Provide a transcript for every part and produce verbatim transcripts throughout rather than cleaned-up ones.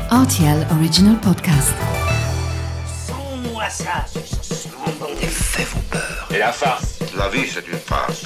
R T L Original Podcast. Sans moi ça, ce sent bon. Les faits vous peur. Et la farce? La vie, c'est une farce.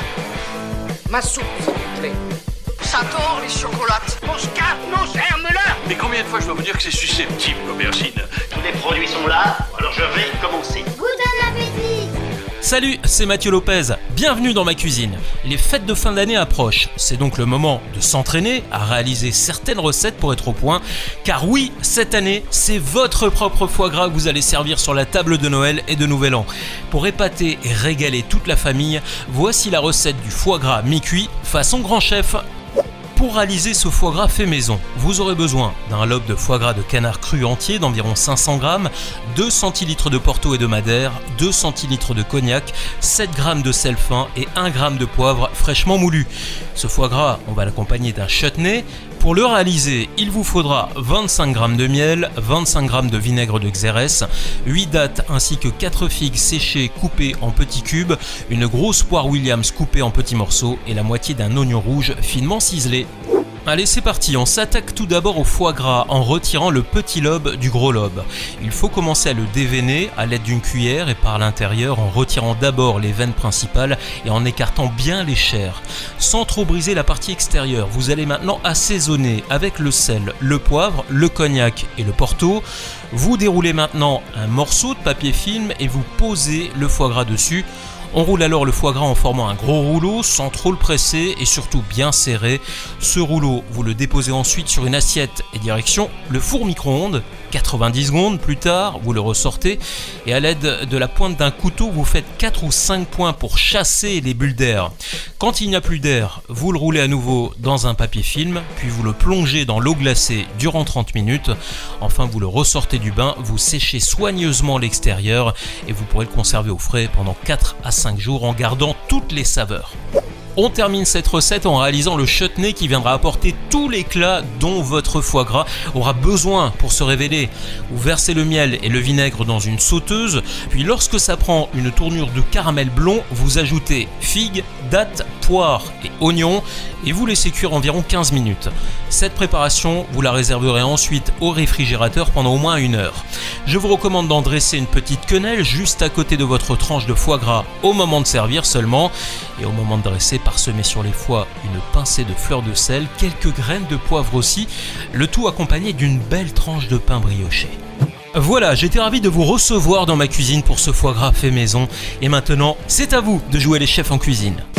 Ma soupe, s'il vous plaît. Ça tord les chocolates. Mon scarpe, non, ferme-la. Mais combien de fois je dois vous dire que c'est susceptible, l'aubergine? Tous les produits sont là, alors je vais commencer. Bon appétit! Salut, c'est Mathieu Lopez, bienvenue dans ma cuisine. Les fêtes de fin d'année approchent, c'est donc le moment de s'entraîner à réaliser certaines recettes pour être au point. Car oui, cette année, c'est votre propre foie gras que vous allez servir sur la table de Noël et de Nouvel An. Pour épater et régaler toute la famille, voici la recette du foie gras mi-cuit façon grand chef. Pour réaliser ce foie gras fait maison, vous aurez besoin d'un lobe de foie gras de canard cru entier d'environ cinq cents grammes, deux centilitres de Porto et de Madère, deux centilitres de cognac, sept grammes de sel fin et un gramme de poivre fraîchement moulu. Ce foie gras, on va l'accompagner d'un chutney. Pour le réaliser, il vous faudra vingt-cinq grammes de miel, vingt-cinq grammes de vinaigre de Xérès, huit dattes ainsi que quatre figues séchées coupées en petits cubes, une grosse poire Williams coupée en petits morceaux et la moitié d'un oignon rouge finement ciselé. Allez, c'est parti, on s'attaque tout d'abord au foie gras en retirant le petit lobe du gros lobe. Il faut commencer à le déveiner à l'aide d'une cuillère et par l'intérieur en retirant d'abord les veines principales et en écartant bien les chairs. Sans trop briser la partie extérieure, vous allez maintenant assaisonner avec le sel, le poivre, le cognac et le Porto. Vous déroulez maintenant un morceau de papier film et vous posez le foie gras dessus. On roule alors le foie gras en formant un gros rouleau sans trop le presser et surtout bien serré. Ce rouleau, vous le déposez ensuite sur une assiette et direction le four micro-ondes. quatre-vingt-dix secondes plus tard, vous le ressortez et à l'aide de la pointe d'un couteau, vous faites quatre ou cinq points pour chasser les bulles d'air. Quand il n'y a plus d'air, vous le roulez à nouveau dans un papier film, puis vous le plongez dans l'eau glacée durant trente minutes. Enfin, vous le ressortez du bain, vous séchez soigneusement l'extérieur et vous pourrez le conserver au frais pendant quatre à cinq jours en gardant toutes les saveurs. On termine cette recette en réalisant le chutney qui viendra apporter tout l'éclat dont votre foie gras aura besoin pour se révéler. Vous versez le miel et le vinaigre dans une sauteuse, puis lorsque ça prend une tournure de caramel blond, vous ajoutez figues, dattes, poires et oignons et vous laissez cuire environ quinze minutes. Cette préparation, vous la réserverez ensuite au réfrigérateur pendant au moins une heure. Je vous recommande d'en dresser une petite quenelle juste à côté de votre tranche de foie gras au moment de servir seulement et au moment de dresser, parsemez sur les foies une pincée de fleurs de sel, quelques graines de poivre aussi, le tout accompagné d'une belle tranche de pain brioché. Voilà, j'étais ravi de vous recevoir dans ma cuisine pour ce foie gras fait maison et maintenant, c'est à vous de jouer les chefs en cuisine.